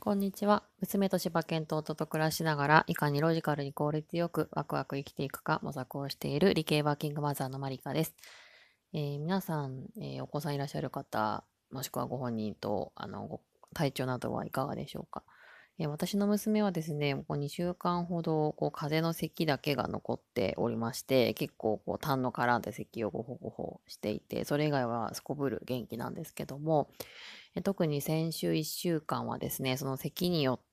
こんにちは。娘と柴犬と夫と暮らしながら、いかにロジカルに効率よくワクワク生きていくか模索をしている理系ワーキングマザーのマリカです。皆さん、お子さんいらっしゃる方、もしくはご本人と、体調などはいかがでしょうか。私の娘はですね、ここ2週間ほど、風邪の咳だけが残っておりまして、結構、痰の絡んで咳をごほごほしていて、それ以外はすこぶる元気なんですけども、特に先週1週間はですね、その咳によって、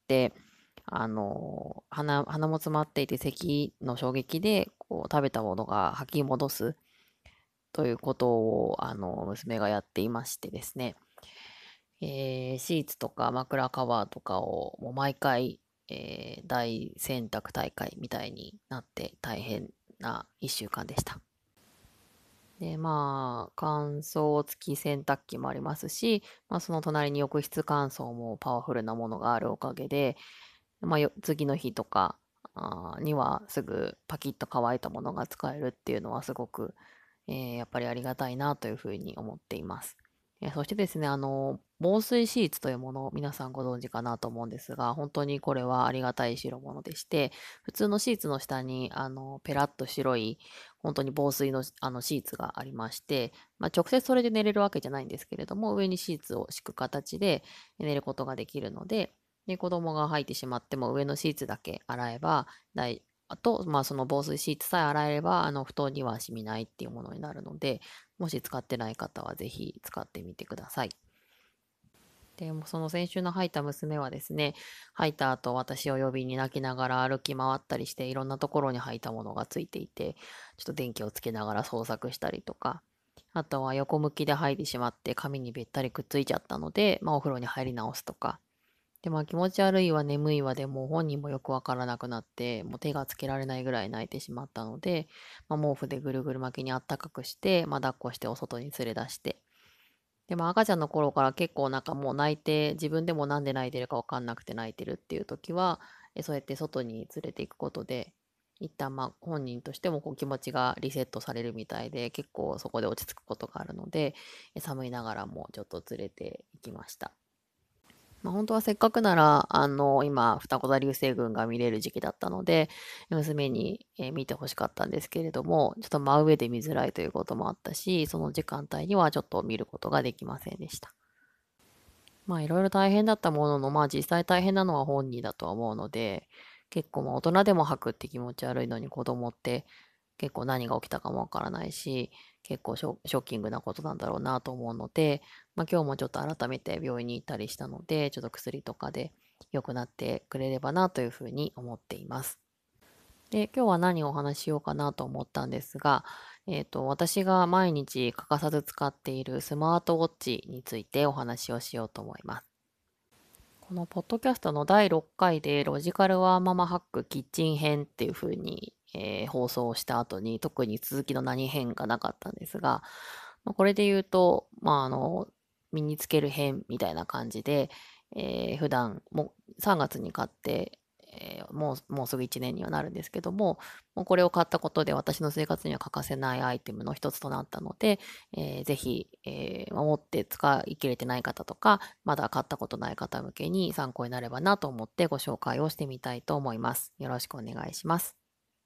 鼻も詰まっていて咳の衝撃で、食べたものが吐き戻すということを、娘がやっていましてですね、シーツとか枕カバーとかをもう毎回、大洗濯大会みたいになって大変な1週間でした。で、乾燥付き洗濯機もありますし、その隣に浴室乾燥もパワフルなものがあるおかげで、次の日とかにはすぐパキッと乾いたものが使えるっていうのはすごく、やっぱりありがたいなというふうに思っています。そしてですね、防水シーツというものを皆さんご存知かなと思うんですが、本当にこれはありがたい代物でして、普通のシーツの下に、ペラッと白い、本当に防水の、シーツがありまして、直接それで寝れるわけじゃないんですけれども、上にシーツを敷く形で寝ることができるので、子供が入ってしまっても上のシーツだけ洗えば、あと、その防水シーツさえ洗えれば、布団には染みないっていうものになるので、もし使ってない方はぜひ使ってみてください。で、もその先週の吐いた娘はですね、吐いた後私を呼びに泣きながら歩き回ったりして、いろんなところに吐いたものがついていて、ちょっと電気をつけながら捜索したりとか、あとは横向きで吐いてしまって髪にべったりくっついちゃったので、お風呂に入り直すとか、で、気持ち悪いわ、眠いわでもう本人もよくわからなくなって、もう手がつけられないぐらい泣いてしまったので、毛布でぐるぐる巻きにあったかくして、抱っこしてお外に連れ出して、でも赤ちゃんの頃から結構なんかもう泣いて、自分でもなんで泣いてるかわかんなくて泣いてるっていう時は、そうやって外に連れて行くことで、一旦本人としても気持ちがリセットされるみたいで、結構そこで落ち着くことがあるので、寒いながらもちょっと連れて行きました。本当はせっかくなら、今、双子座流星群が見れる時期だったので、娘に、見て欲しかったんですけれども、ちょっと真上で見づらいということもあったし、その時間帯にはちょっと見ることができませんでした。いろいろ大変だったものの、実際大変なのは本人だとは思うので、結構大人でも吐くって気持ち悪いのに子供って結構何が起きたかもわからないし、結構ショッキングなことなんだろうなと思うので、今日もちょっと改めて病院に行ったりしたので、ちょっと薬とかで良くなってくれればなというふうに思っています。で、今日は何をお話ししようかなと思ったんですが、私が毎日欠かさず使っているスマートウォッチについてお話をしようと思います。このポッドキャストの第6回でロジカルワーママハックキッチン編っていう風に、放送をした後に特に続きの何編がなかったんですが、これで言うと、身につける編みたいな感じで、普段もう3月に買って、もうすぐ1年にはなるんですけどもうこれを買ったことで私の生活には欠かせないアイテムの一つとなったので、ぜひ、守って使い切れてない方とか、まだ買ったことない方向けに参考になればなと思ってご紹介をしてみたいと思います。よろしくお願いします。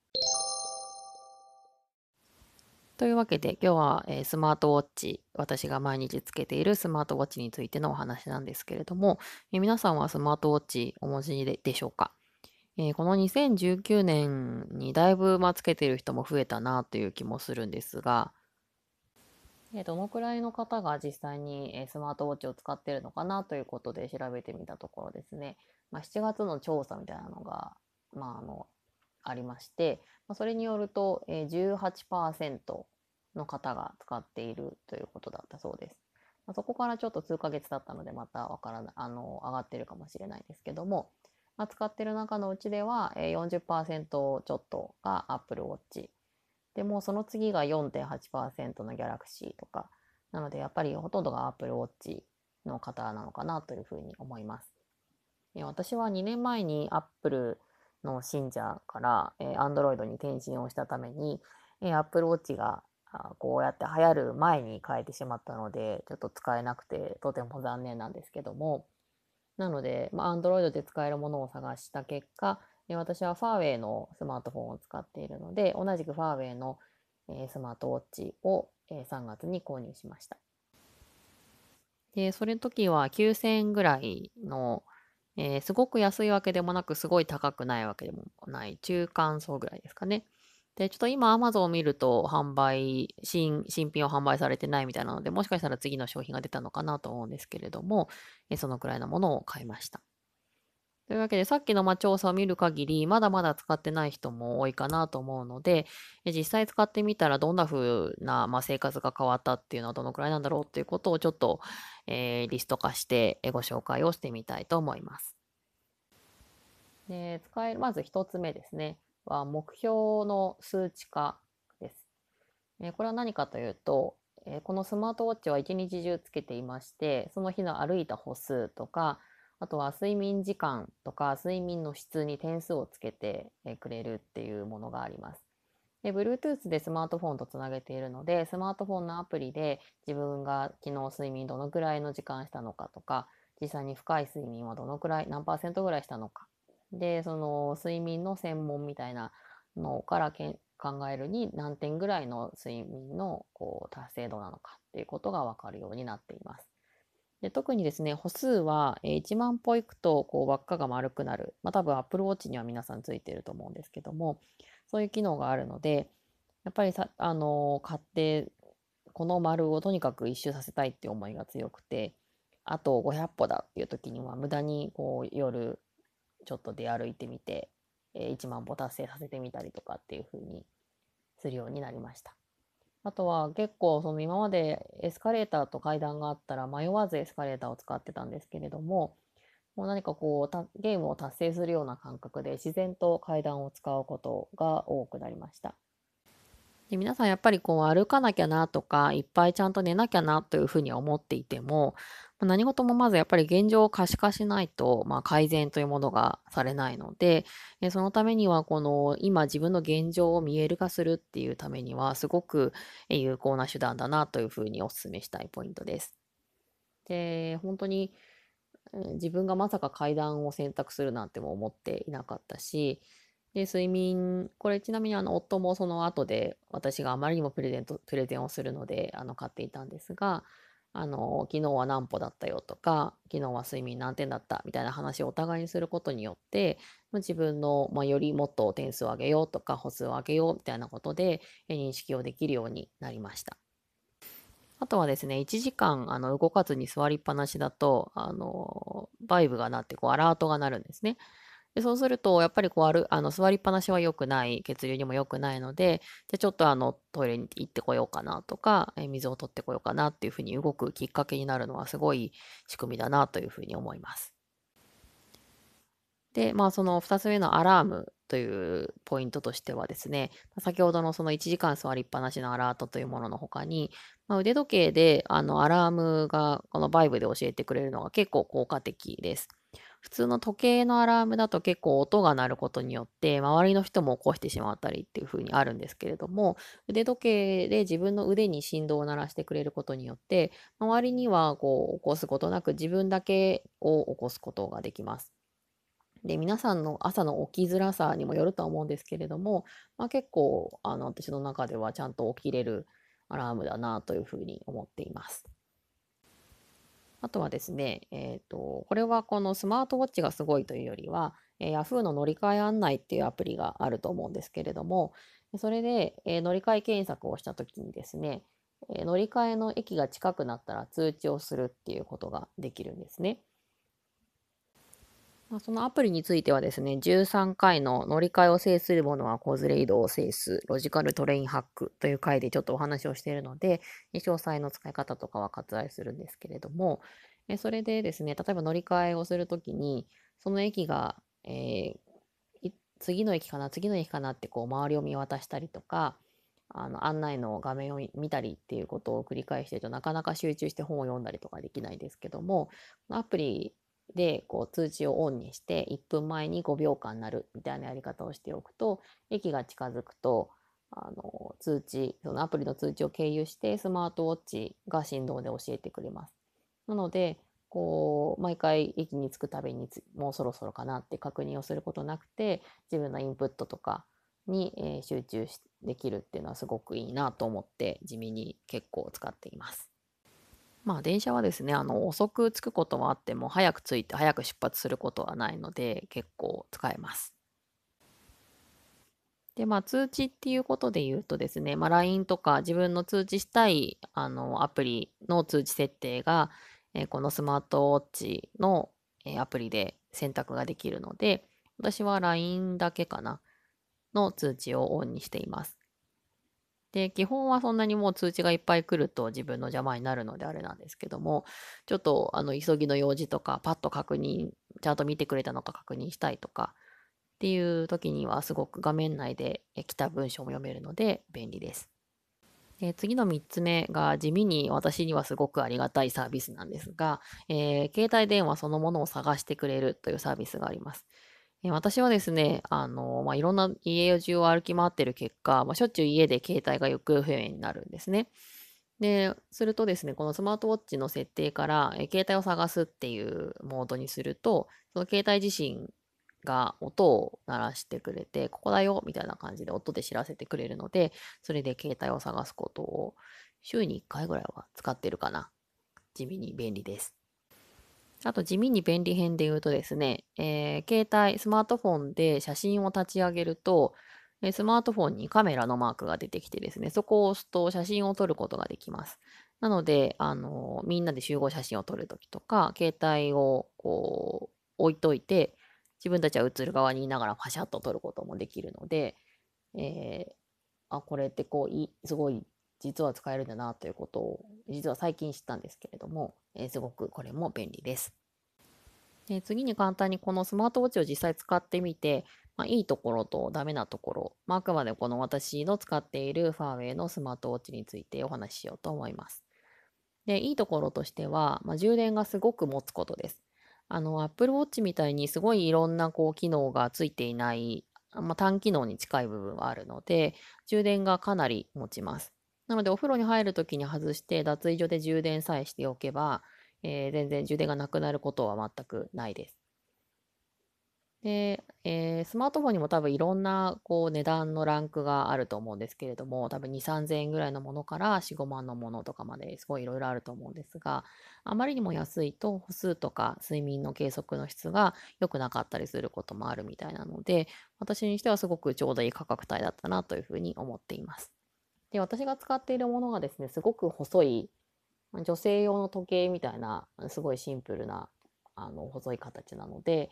というわけで今日は、スマートウォッチ、私が毎日つけているスマートウォッチについてのお話なんですけれども、皆さんはスマートウォッチお持ちでしょうか？この2019年にだいぶ、つけている人も増えたなという気もするんですが、どのくらいの方が実際にスマートウォッチを使っているのかなということで調べてみたところですね、7月の調査みたいなのが、まあ、あの、ありまして、それによると、18%の方が使っているということだったそうです。そこからちょっと数ヶ月経ったので、またわからない、上がってるかもしれないですけども、使ってる中のうちでは、40%ちょっとが Apple Watch。でもその次が4.8%のギャラクシーとか、なのでやっぱりほとんどが Apple Watch の方なのかなというふうに思います。私は2年前に Apple の信者から Android に転身をしたために、Apple Watch がこうやって流行る前に変えてしまったので、ちょっと使えなくてとても残念なんですけども、 なので、Android で使えるものを探した結果、私はファーウェイのスマートフォンを使っているので、同じくファーウェイの、スマートウォッチを、3月に購入しました。で、それの時は9000円ぐらいの、すごく安いわけでもなく、すごい高くないわけでもない、中間層ぐらいですかね。で、ちょっと今 Amazon を見ると新品を販売されてないみたいなので、もしかしたら次の商品が出たのかなと思うんですけれども、そのくらいのものを買いました。というわけで、さっきの調査を見る限り、まだまだ使ってない人も多いかなと思うので、実際使ってみたらどんな風な、生活が変わったっていうのはどのくらいなんだろうっていうことをちょっと、リスト化してご紹介をしてみたいと思います。で、まず一つ目ですね、は目標の数値化です。これは何かというと、このスマートウォッチは一日中つけていまして、その日の歩いた歩数とか、あとは睡眠時間とか睡眠の質に点数をつけてくれるっていうものがあります。で、Bluetooth でスマートフォンとつなげているので、スマートフォンのアプリで自分が昨日睡眠どのくらいの時間したのかとか、実際に深い睡眠はどのくらい、何パーセントぐらいしたのか。で、その睡眠の専門みたいなのから考えるに何点ぐらいの睡眠の達成度なのかっていうことがわかるようになっています。で、特にですね、歩数は1万歩行くと輪っかが丸くなる。多分 Apple Watch には皆さんついてると思うんですけども、そういう機能があるので、やっぱり買って、この丸をとにかく一周させたいっていう思いが強くて、あと500歩だっていう時には無駄に夜ちょっと出歩いてみて、1万歩達成させてみたりとかっていう風にするようになりました。あとは結構その今までエスカレーターと階段があったら迷わずエスカレーターを使ってたんですけれども、もう何かゲームを達成するような感覚で自然と階段を使うことが多くなりました。で、皆さんやっぱり歩かなきゃなとか、いっぱいちゃんと寝なきゃなというふうには思っていても、何事もまずやっぱり現状を可視化しないと、改善というものがされないので、そのためにはこの今自分の現状を見える化するっていうためにはすごく有効な手段だなというふうにお勧めしたいポイントです。で、本当に自分がまさか階段を選択するなんても思っていなかったし、で、睡眠、これちなみに夫もその後で私があまりにもプレゼンをするので、買っていたんですが、昨日は何歩だったよとか、昨日は睡眠何点だったみたいな話をお互いにすることによって、自分の、よりもっと点数を上げようとか、歩数を上げようみたいなことで、認識をできるようになりました。あとはですね、1時間動かずに座りっぱなしだと、バイブが鳴ってアラートが鳴るんですね。で、そうすると、やっぱり座りっぱなしは良くない、血流にも良くないので、じゃあちょっとトイレに行ってこようかなとか、水を取ってこようかなっていうふうに動くきっかけになるのはすごい仕組みだなというふうに思います。で、その2つ目のアラームというポイントとしてはですね、先ほどのその1時間座りっぱなしのアラートというものの他に、腕時計でアラームがこのバイブで教えてくれるのが結構効果的です。普通の時計のアラームだと結構音が鳴ることによって周りの人も起こしてしまったりっていう風にあるんですけれども、腕時計で自分の腕に振動を鳴らしてくれることによって周りには起こすことなく自分だけを起こすことができます。で、皆さんの朝の起きづらさにもよるとは思うんですけれども、結構、私の中ではちゃんと起きれるアラームだなというふうに思っています。あとはですね、これはこのスマートウォッチがすごいというよりは、Yahoo の乗り換え案内っていうアプリがあると思うんですけれども、それで、乗り換え検索をしたときにですね、乗り換えの駅が近くなったら通知をするっていうことができるんですね。そのアプリについてはですね、13回の乗り換えを制する者は子連れ移動を制す、ロジカルトレインハックという回でちょっとお話をしているので、詳細の使い方とかは割愛するんですけれども、それでですね、例えば乗り換えをするときに、その駅が、次の駅かな、次の駅かなって周りを見渡したりとか、案内の画面を見たりっていうことを繰り返してるとなかなか集中して本を読んだりとかできないですけども、アプリで通知をオンにして1分前に5秒間鳴るみたいなやり方をしておくと、駅が近づくとそのアプリの通知を経由してスマートウォッチが振動で教えてくれます。なので毎回駅に着くたびにもうそろそろかなって確認をすることなくて、自分のインプットとかに、集中できるっていうのはすごくいいなと思って地味に結構使っています。まあ電車はですね、遅く着くことはあっても早く着いて早く出発することはないので結構使えます。で、まあ通知っていうことで言うとですね、まあ LINE とか自分の通知したいアプリの通知設定が、このスマートウォッチの、アプリで選択ができるので、私は LINE だけかなの通知をオンにしています。で、基本はそんなにもう通知がいっぱい来ると自分の邪魔になるのであれなんですけども、ちょっと急ぎの用事とかパッと確認、ちゃんと見てくれたのか確認したいとかっていう時にはすごく画面内で来た文章も読めるので便利です。で、次の3つ目が地味に私にはすごくありがたいサービスなんですが、携帯電話そのものを探してくれるというサービスがあります。私はですね、まあ、いろんな家中を歩き回ってる結果、まあ、しょっちゅう家で携帯が行方不明になるんですね。で、するとですね、このスマートウォッチの設定から、携帯を探すっていうモードにすると、その携帯自身が音を鳴らしてくれて、ここだよみたいな感じで音で知らせてくれるので、それで携帯を探すことを週に1回ぐらいは使ってるかな。地味に便利です。あと地味に便利編で言うとですね、携帯、スマートフォンで写真を立ち上げると、スマートフォンにカメラのマークが出てきてですね、そこを押すと写真を撮ることができます。なので、みんなで集合写真を撮るときとか、携帯を置いといて、自分たちは映る側にいながらパシャッと撮ることもできるので、えーこれってすごい実は使えるんだなということを、実は最近知ったんですけれども、すごくこれも便利です。で、次に簡単にこのスマートウォッチを実際使ってみて、まあ、いいところとダメなところ、まあ、あくまでこの私の使っているファーウェイのスマートウォッチについてお話ししようと思います。で、いいところとしては、まあ、充電がすごく持つことです。Apple Watch みたいにすごいいろんな機能がついていない、まあ、単機能に近い部分はあるので、充電がかなり持ちます。なので、お風呂に入るときに外して脱衣所で充電さえしておけば、全然充電がなくなることは全くないです。で、スマートフォンにも多分いろんな値段のランクがあると思うんですけれども、多分2、3000円ぐらいのものから4、5万のものとかまですごいいろいろあると思うんですが、あまりにも安いと歩数とか睡眠の計測の質が良くなかったりすることもあるみたいなので、私にしてはすごくちょうどいい価格帯だったなというふうに思っています。で、私が使っているものがですね、すごく細い女性用の時計みたいなすごいシンプルな細い形なので、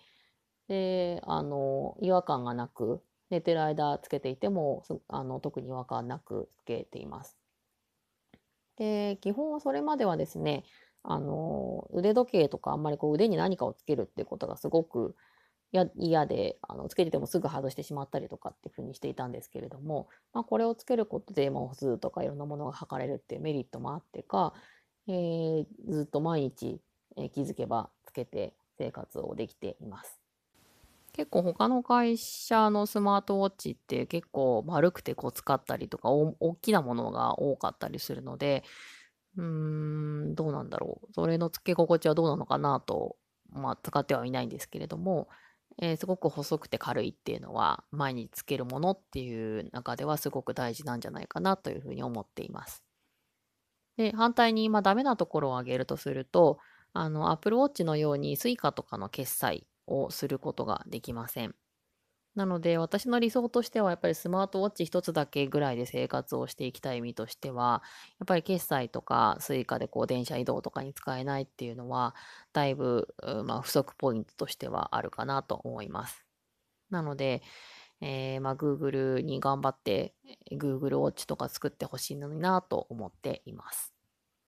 違和感がなく、寝てる間つけていても、特に違和感なくつけています。で、基本はそれまではですね、腕時計とかあんまり腕に何かをつけるっていうことがすごく嫌で、つけててもすぐ外してしまったりとかっていうふうにしていたんですけれども、まあ、これをつけることで、まあ、歩数とかいろんなものが測れるっていうメリットもあってか、ずっと毎日、気づけばつけて生活をできています。結構他の会社のスマートウォッチって結構丸くてごつかったりとか大きなものが多かったりするので、どうなんだろう。それの付け心地はどうなのかなと、まあ使ってはいないんですけれども、すごく細くて軽いっていうのは前につけるものっていう中ではすごく大事なんじゃないかなというふうに思っています。で、反対に、まあ、ダメなところを挙げるとすると、Apple Watch のように Suica とかの決済をすることができません。なので、私の理想としては、やっぱりスマートウォッチ一つだけぐらいで生活をしていきたい意味としては、やっぱり決済とか Suica で電車移動とかに使えないっていうのは、だいぶ、まあ、不足ポイントとしてはあるかなと思います。なので、まあ、Google に頑張って、Google Watch とか作ってほしいのになと思っています。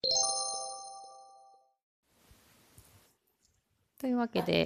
というわけで、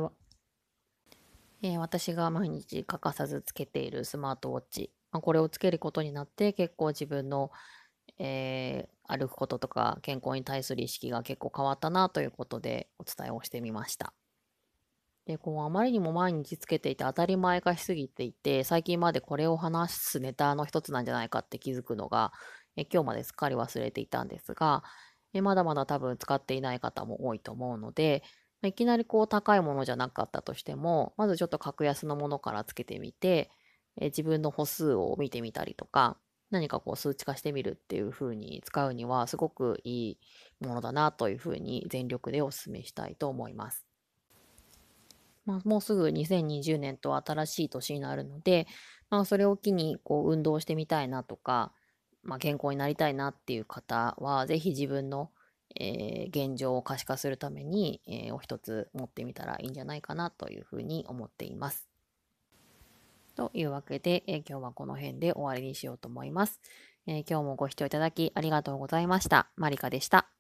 私が毎日欠かさずつけているスマートウォッチ、まあ、これをつけることになって結構自分の、歩くこととか健康に対する意識が結構変わったなということでお伝えをしてみました。で、あまりにも毎日つけていて当たり前化しすぎていて、最近までこれを話すネタの一つなんじゃないかって気づくのが、今日まですっかり忘れていたんですが、 まだまだ多分使っていない方も多いと思うので、いきなりこう高いものじゃなかったとしても、まずちょっと格安のものからつけてみて、自分の歩数を見てみたりとか、何かこう数値化してみるっていう風に使うにはすごくいいものだなという風に全力でお勧めしたいと思います。もうすぐ2020年と新しい年になるので、それを機にこう運動してみたいなとか、健康になりたいなっていう方は、ぜひ自分の、現状を可視化するために、お一つ持ってみたらいいんじゃないかなというふうに思っています。というわけで、今日はこの辺で終わりにしようと思います。今日もご視聴いただきありがとうございました。マリカでした。